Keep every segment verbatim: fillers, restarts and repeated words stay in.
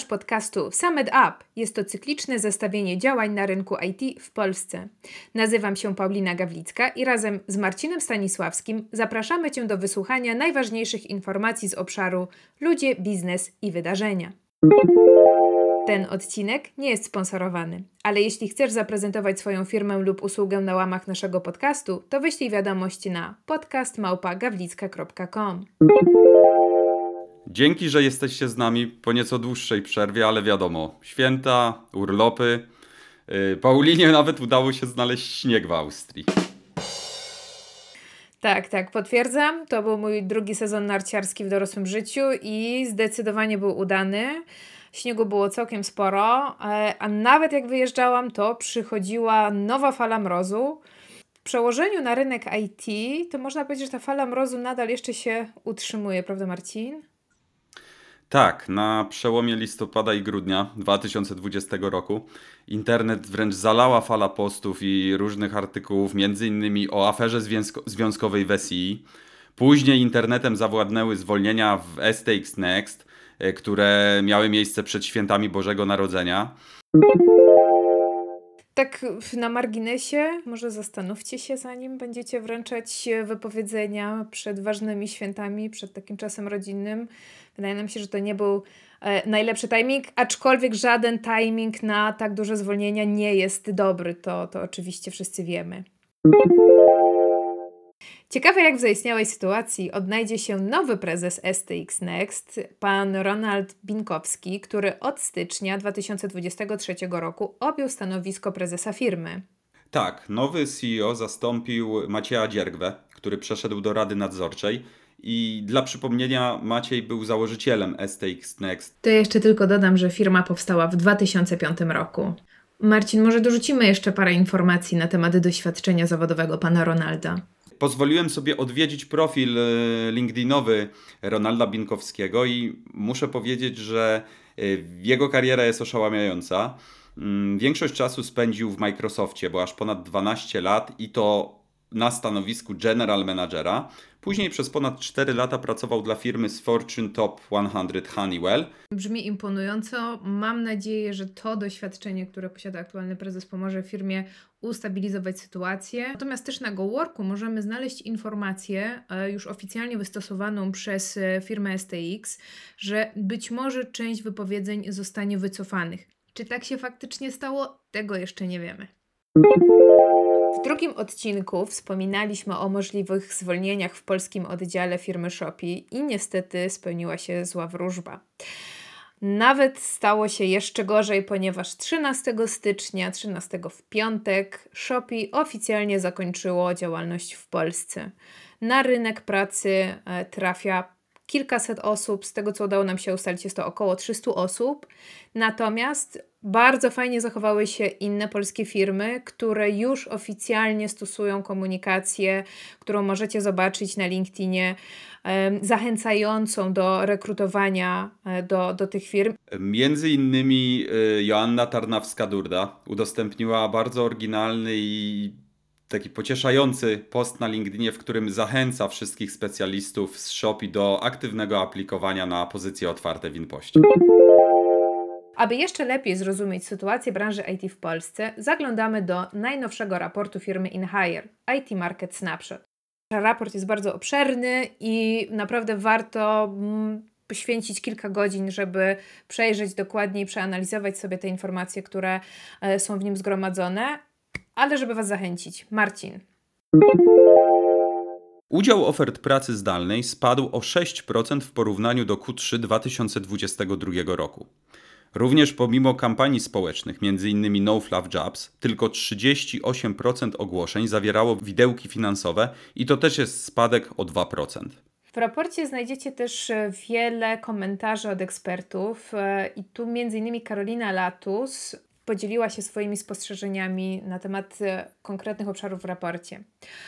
podcastu Sum It Up. Jest to cykliczne zestawienie działań na rynku I T w Polsce. Nazywam się Paulina Gawlicka i razem z Marcinem Stanisławskim zapraszamy Cię do wysłuchania najważniejszych informacji z obszaru ludzie, biznes i wydarzenia. Ten odcinek nie jest sponsorowany, ale jeśli chcesz zaprezentować swoją firmę lub usługę na łamach naszego podcastu, to wyślij wiadomość na podcast małpa gawlicka kropka com. Dzięki, że jesteście z nami po nieco dłuższej przerwie, ale wiadomo, święta, urlopy. Yy, Paulinie nawet udało się znaleźć śnieg w Austrii. Tak, tak, potwierdzam. To był mój drugi sezon narciarski w dorosłym życiu i zdecydowanie był udany. Śniegu było całkiem sporo, a nawet jak wyjeżdżałam, to przychodziła nowa fala mrozu. W przełożeniu na rynek I T to można powiedzieć, że ta fala mrozu nadal jeszcze się utrzymuje, prawda Marcin? Tak, na przełomie listopada i grudnia dwa tysiące dwudziestego roku internet wręcz zalała fala postów i różnych artykułów, między innymi o aferze związko- związkowej w S I. Później internetem zawładnęły zwolnienia w S T X Next, które miały miejsce przed świętami Bożego Narodzenia. Tak na marginesie, może zastanówcie się, zanim będziecie wręczać wypowiedzenia przed ważnymi świętami, przed takim czasem rodzinnym. Wydaje nam się, że to nie był e, najlepszy timing, aczkolwiek żaden timing na tak duże zwolnienia nie jest dobry, to, to oczywiście wszyscy wiemy. Ciekawe, jak w zaistniałej sytuacji odnajdzie się nowy prezes S T X Next, pan Ronald Binkowski, który od stycznia dwa tysiące dwudziestego trzeciego roku objął stanowisko prezesa firmy. Tak, nowy C E O zastąpił Macieja Dziergwę, który przeszedł do Rady Nadzorczej i dla przypomnienia Maciej był założycielem S T X Next. To jeszcze tylko dodam, że firma powstała w dwa tysiące piątym roku. Marcin, może dorzucimy jeszcze parę informacji na temat doświadczenia zawodowego pana Ronalda. Pozwoliłem sobie odwiedzić profil LinkedInowy Ronalda Binkowskiego i muszę powiedzieć, że jego kariera jest oszałamiająca. Większość czasu spędził w Microsoftie, bo aż ponad dwanaście lat i to na stanowisku General Managera. Później przez ponad cztery lata pracował dla firmy z Fortune Top sto Honeywell. Brzmi imponująco. Mam nadzieję, że to doświadczenie, które posiada aktualny prezes, pomoże firmie ustabilizować sytuację. Natomiast też na GoWorku możemy znaleźć informację już oficjalnie wystosowaną przez firmę S T X, że być może część wypowiedzeń zostanie wycofanych. Czy tak się faktycznie stało? Tego jeszcze nie wiemy. W drugim odcinku wspominaliśmy o możliwych zwolnieniach w polskim oddziale firmy Shopee i niestety spełniła się zła wróżba. Nawet stało się jeszcze gorzej, ponieważ trzynastego stycznia, trzynastego w piątek, Shopee oficjalnie zakończyło działalność w Polsce. Na rynek pracy trafia kilkaset osób, z tego co udało nam się ustalić jest to około trzysta osób, natomiast bardzo fajnie zachowały się inne polskie firmy, które już oficjalnie stosują komunikację, którą możecie zobaczyć na LinkedInie, zachęcającą do rekrutowania do, do tych firm. Między innymi Joanna Tarnawska-Durda udostępniła bardzo oryginalny i taki pocieszający post na LinkedInie, w którym zachęca wszystkich specjalistów z Shopee do aktywnego aplikowania na pozycje otwarte w InPoście. Aby jeszcze lepiej zrozumieć sytuację branży I T w Polsce, zaglądamy do najnowszego raportu firmy InHire, I T Market Snapshot. Raport jest bardzo obszerny i naprawdę warto mm, poświęcić kilka godzin, żeby przejrzeć dokładnie i przeanalizować sobie te informacje, które e, są w nim zgromadzone, ale żeby Was zachęcić. Marcin. Udział ofert pracy zdalnej spadł o sześć procent w porównaniu do Q trzy dwa tysiące dwudziestego drugiego roku. Również pomimo kampanii społecznych, między innymi No Fluff Jobs, tylko trzydzieści osiem procent ogłoszeń zawierało widełki finansowe i to też jest spadek o dwa procent. W raporcie znajdziecie też wiele komentarzy od ekspertów i tu między innymi Karolina Latus podzieliła się swoimi spostrzeżeniami na temat konkretnych obszarów w raporcie.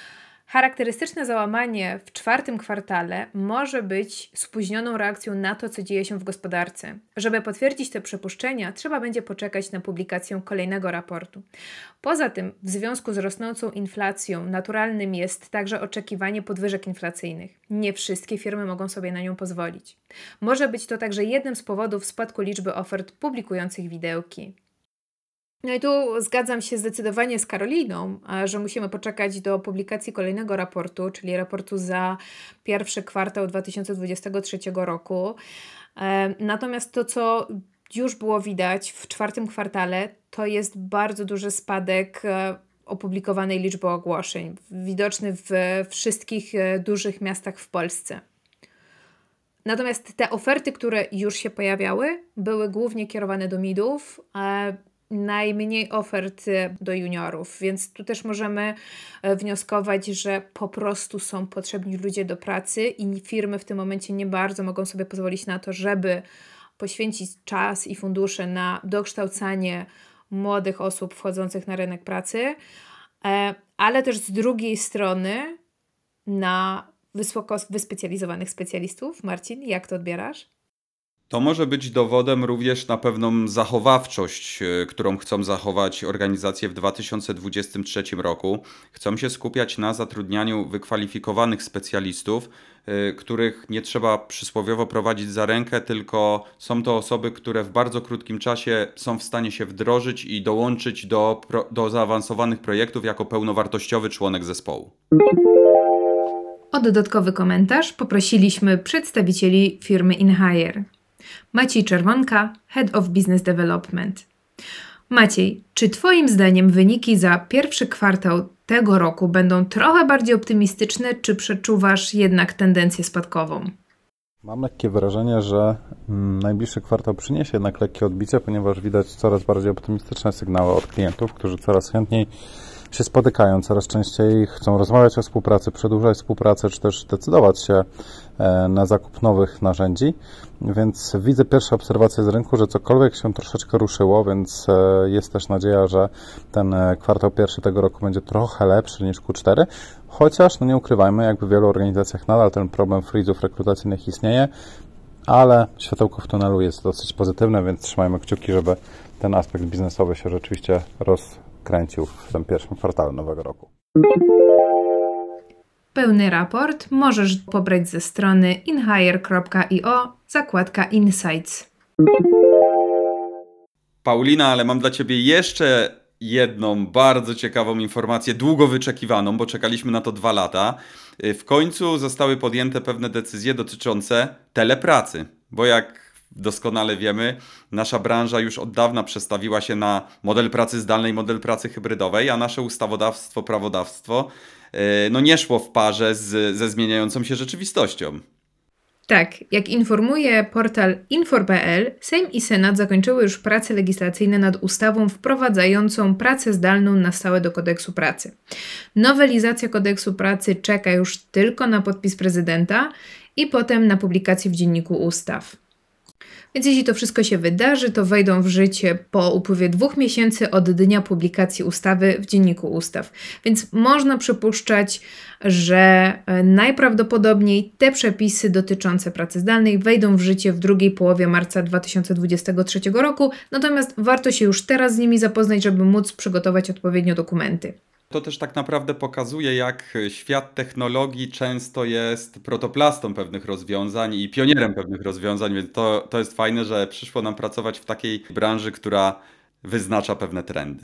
Charakterystyczne załamanie w czwartym kwartale może być spóźnioną reakcją na to, co dzieje się w gospodarce. Żeby potwierdzić te przypuszczenia, trzeba będzie poczekać na publikację kolejnego raportu. Poza tym, w związku z rosnącą inflacją, naturalnym jest także oczekiwanie podwyżek inflacyjnych. Nie wszystkie firmy mogą sobie na nią pozwolić. Może być to także jednym z powodów spadku liczby ofert publikujących widełki. No i tu zgadzam się zdecydowanie z Karoliną, że musimy poczekać do publikacji kolejnego raportu, czyli raportu za pierwszy kwartał dwa tysiące dwudziestego trzeciego roku. Natomiast to, co już było widać w czwartym kwartale, to jest bardzo duży spadek opublikowanej liczby ogłoszeń, widoczny w wszystkich dużych miastach w Polsce. Natomiast te oferty, które już się pojawiały, były głównie kierowane do midów, a najmniej ofert do juniorów, więc tu też możemy wnioskować, że po prostu są potrzebni ludzie do pracy i firmy w tym momencie nie bardzo mogą sobie pozwolić na to, żeby poświęcić czas i fundusze na dokształcanie młodych osób wchodzących na rynek pracy, ale też z drugiej strony na wysoko wyspecjalizowanych specjalistów. Marcin, jak to odbierasz? To może być dowodem również na pewną zachowawczość, którą chcą zachować organizacje w dwa tysiące dwudziestym trzecim roku. Chcą się skupiać na zatrudnianiu wykwalifikowanych specjalistów, których nie trzeba przysłowiowo prowadzić za rękę, tylko są to osoby, które w bardzo krótkim czasie są w stanie się wdrożyć i dołączyć do, do zaawansowanych projektów jako pełnowartościowy członek zespołu. O dodatkowy komentarz poprosiliśmy przedstawicieli firmy InHire. Maciej Czerwonka, Head of Business Development. Maciej, czy Twoim zdaniem wyniki za pierwszy kwartał tego roku będą trochę bardziej optymistyczne, czy przeczuwasz jednak tendencję spadkową? Mam lekkie wrażenie, że najbliższy kwartał przyniesie jednak lekkie odbicie, ponieważ widać coraz bardziej optymistyczne sygnały od klientów, którzy coraz chętniej się spotykają, coraz częściej chcą rozmawiać o współpracy, przedłużać współpracę, czy też decydować się na zakup nowych narzędzi. Więc widzę pierwsze obserwacje z rynku, że cokolwiek się troszeczkę ruszyło, więc jest też nadzieja, że ten kwartał pierwszy tego roku będzie trochę lepszy niż Q cztery, chociaż no nie ukrywajmy, jakby w wielu organizacjach nadal ten problem freezów rekrutacyjnych istnieje, ale światełko w tunelu jest dosyć pozytywne, więc trzymajmy kciuki, żeby ten aspekt biznesowy się rzeczywiście rozkręcił w tym pierwszym kwartale nowego roku. Pełny raport możesz pobrać ze strony inhire kropka i o, zakładka Insights. Paulina, ale mam dla Ciebie jeszcze jedną bardzo ciekawą informację, długo wyczekiwaną, bo czekaliśmy na to dwa lata. W końcu zostały podjęte pewne decyzje dotyczące telepracy, bo jak doskonale wiemy, nasza branża już od dawna przestawiła się na model pracy zdalnej, model pracy hybrydowej, a nasze ustawodawstwo, prawodawstwo no nie szło w parze z, ze zmieniającą się rzeczywistością. Tak, jak informuje portal infor kropka p l, Sejm i Senat zakończyły już prace legislacyjne nad ustawą wprowadzającą pracę zdalną na stałe do kodeksu pracy. Nowelizacja kodeksu pracy czeka już tylko na podpis prezydenta i potem na publikację w Dzienniku Ustaw. Więc jeśli to wszystko się wydarzy, to wejdą w życie po upływie dwóch miesięcy od dnia publikacji ustawy w Dzienniku Ustaw. Więc można przypuszczać, że najprawdopodobniej te przepisy dotyczące pracy zdalnej wejdą w życie w drugiej połowie marca dwa tysiące dwudziestego trzeciego roku, natomiast warto się już teraz z nimi zapoznać, żeby móc przygotować odpowiednio dokumenty. To też tak naprawdę pokazuje, jak świat technologii często jest protoplastą pewnych rozwiązań i pionierem pewnych rozwiązań, więc to, to jest fajne, że przyszło nam pracować w takiej branży, która wyznacza pewne trendy.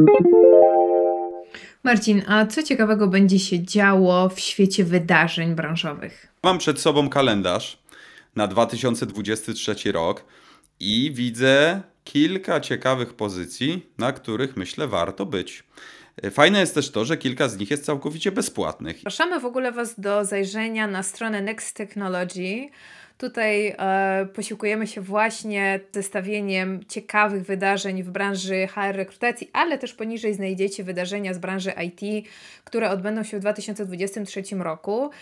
Marcin, a co ciekawego będzie się działo w świecie wydarzeń branżowych? Mam przed sobą kalendarz na dwa tysiące dwudziesty trzeci rok i widzę kilka ciekawych pozycji, na których myślę warto być. Fajne jest też to, że kilka z nich jest całkowicie bezpłatnych. Zapraszamy w ogóle Was do zajrzenia na stronę Next Technology. Tutaj e, posiłkujemy się właśnie zestawieniem ciekawych wydarzeń w branży H R rekrutacji, ale też poniżej znajdziecie wydarzenia z branży I T, które odbędą się w dwa tysiące dwudziestym trzecim roku.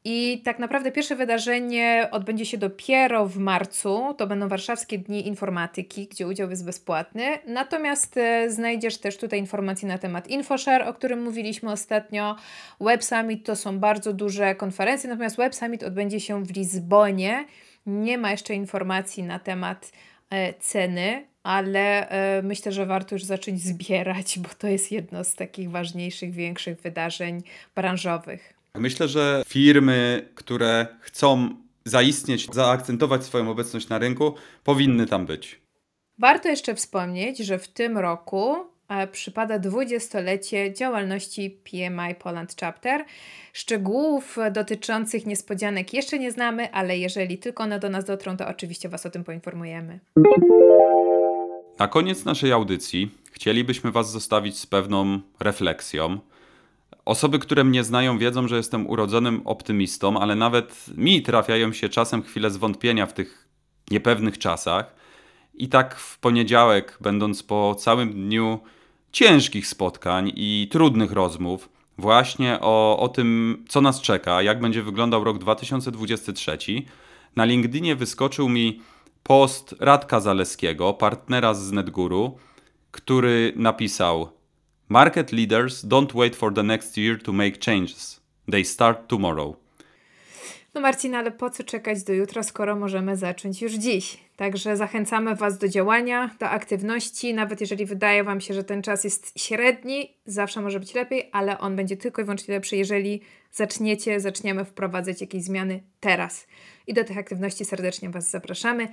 I tak naprawdę pierwsze wydarzenie odbędzie się dopiero w marcu. To będą Warszawskie Dni Informatyki, gdzie udział jest bezpłatny. Natomiast e, znajdziesz też tutaj informacje na temat InfoShare, o którym mówiliśmy ostatnio. Web Summit to są bardzo duże konferencje, natomiast Web Summit odbędzie się w Lizbonie. Nie ma jeszcze informacji na temat e, ceny, ale e, myślę, że warto już zacząć zbierać, bo to jest jedno z takich ważniejszych, większych wydarzeń branżowych. Myślę, że firmy, które chcą zaistnieć, zaakcentować swoją obecność na rynku, powinny tam być. Warto jeszcze wspomnieć, że w tym roku e, przypada dwudziestolecie działalności P M I Poland Chapter. Szczegółów dotyczących niespodzianek jeszcze nie znamy, ale jeżeli tylko one do nas dotrą, to oczywiście Was o tym poinformujemy. Na koniec naszej audycji chcielibyśmy Was zostawić z pewną refleksją. Osoby, które mnie znają, wiedzą, że jestem urodzonym optymistą, ale nawet mi trafiają się czasem chwile zwątpienia w tych niepewnych czasach. I tak w poniedziałek, będąc po całym dniu ciężkich spotkań i trudnych rozmów, właśnie o, o tym, co nas czeka, jak będzie wyglądał rok dwa tysiące dwudziesty trzeci, na LinkedInie wyskoczył mi post Radka Zaleskiego, partnera z NetGuru, który napisał: Market leaders don't wait for the next year to make changes. They start tomorrow. No Marcin, ale po co czekać do jutra, skoro możemy zacząć już dziś? Także zachęcamy Was do działania, do aktywności, nawet jeżeli wydaje Wam się, że ten czas jest średni, zawsze może być lepiej, ale on będzie tylko i wyłącznie lepszy, jeżeli zaczniecie, zaczniemy wprowadzać jakieś zmiany teraz. I do tych aktywności serdecznie Was zapraszamy.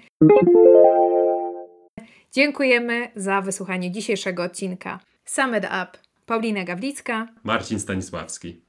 Dziękujemy za wysłuchanie dzisiejszego odcinka. Sum it up. Paulina Gawlicka, Marcin Stanisławski.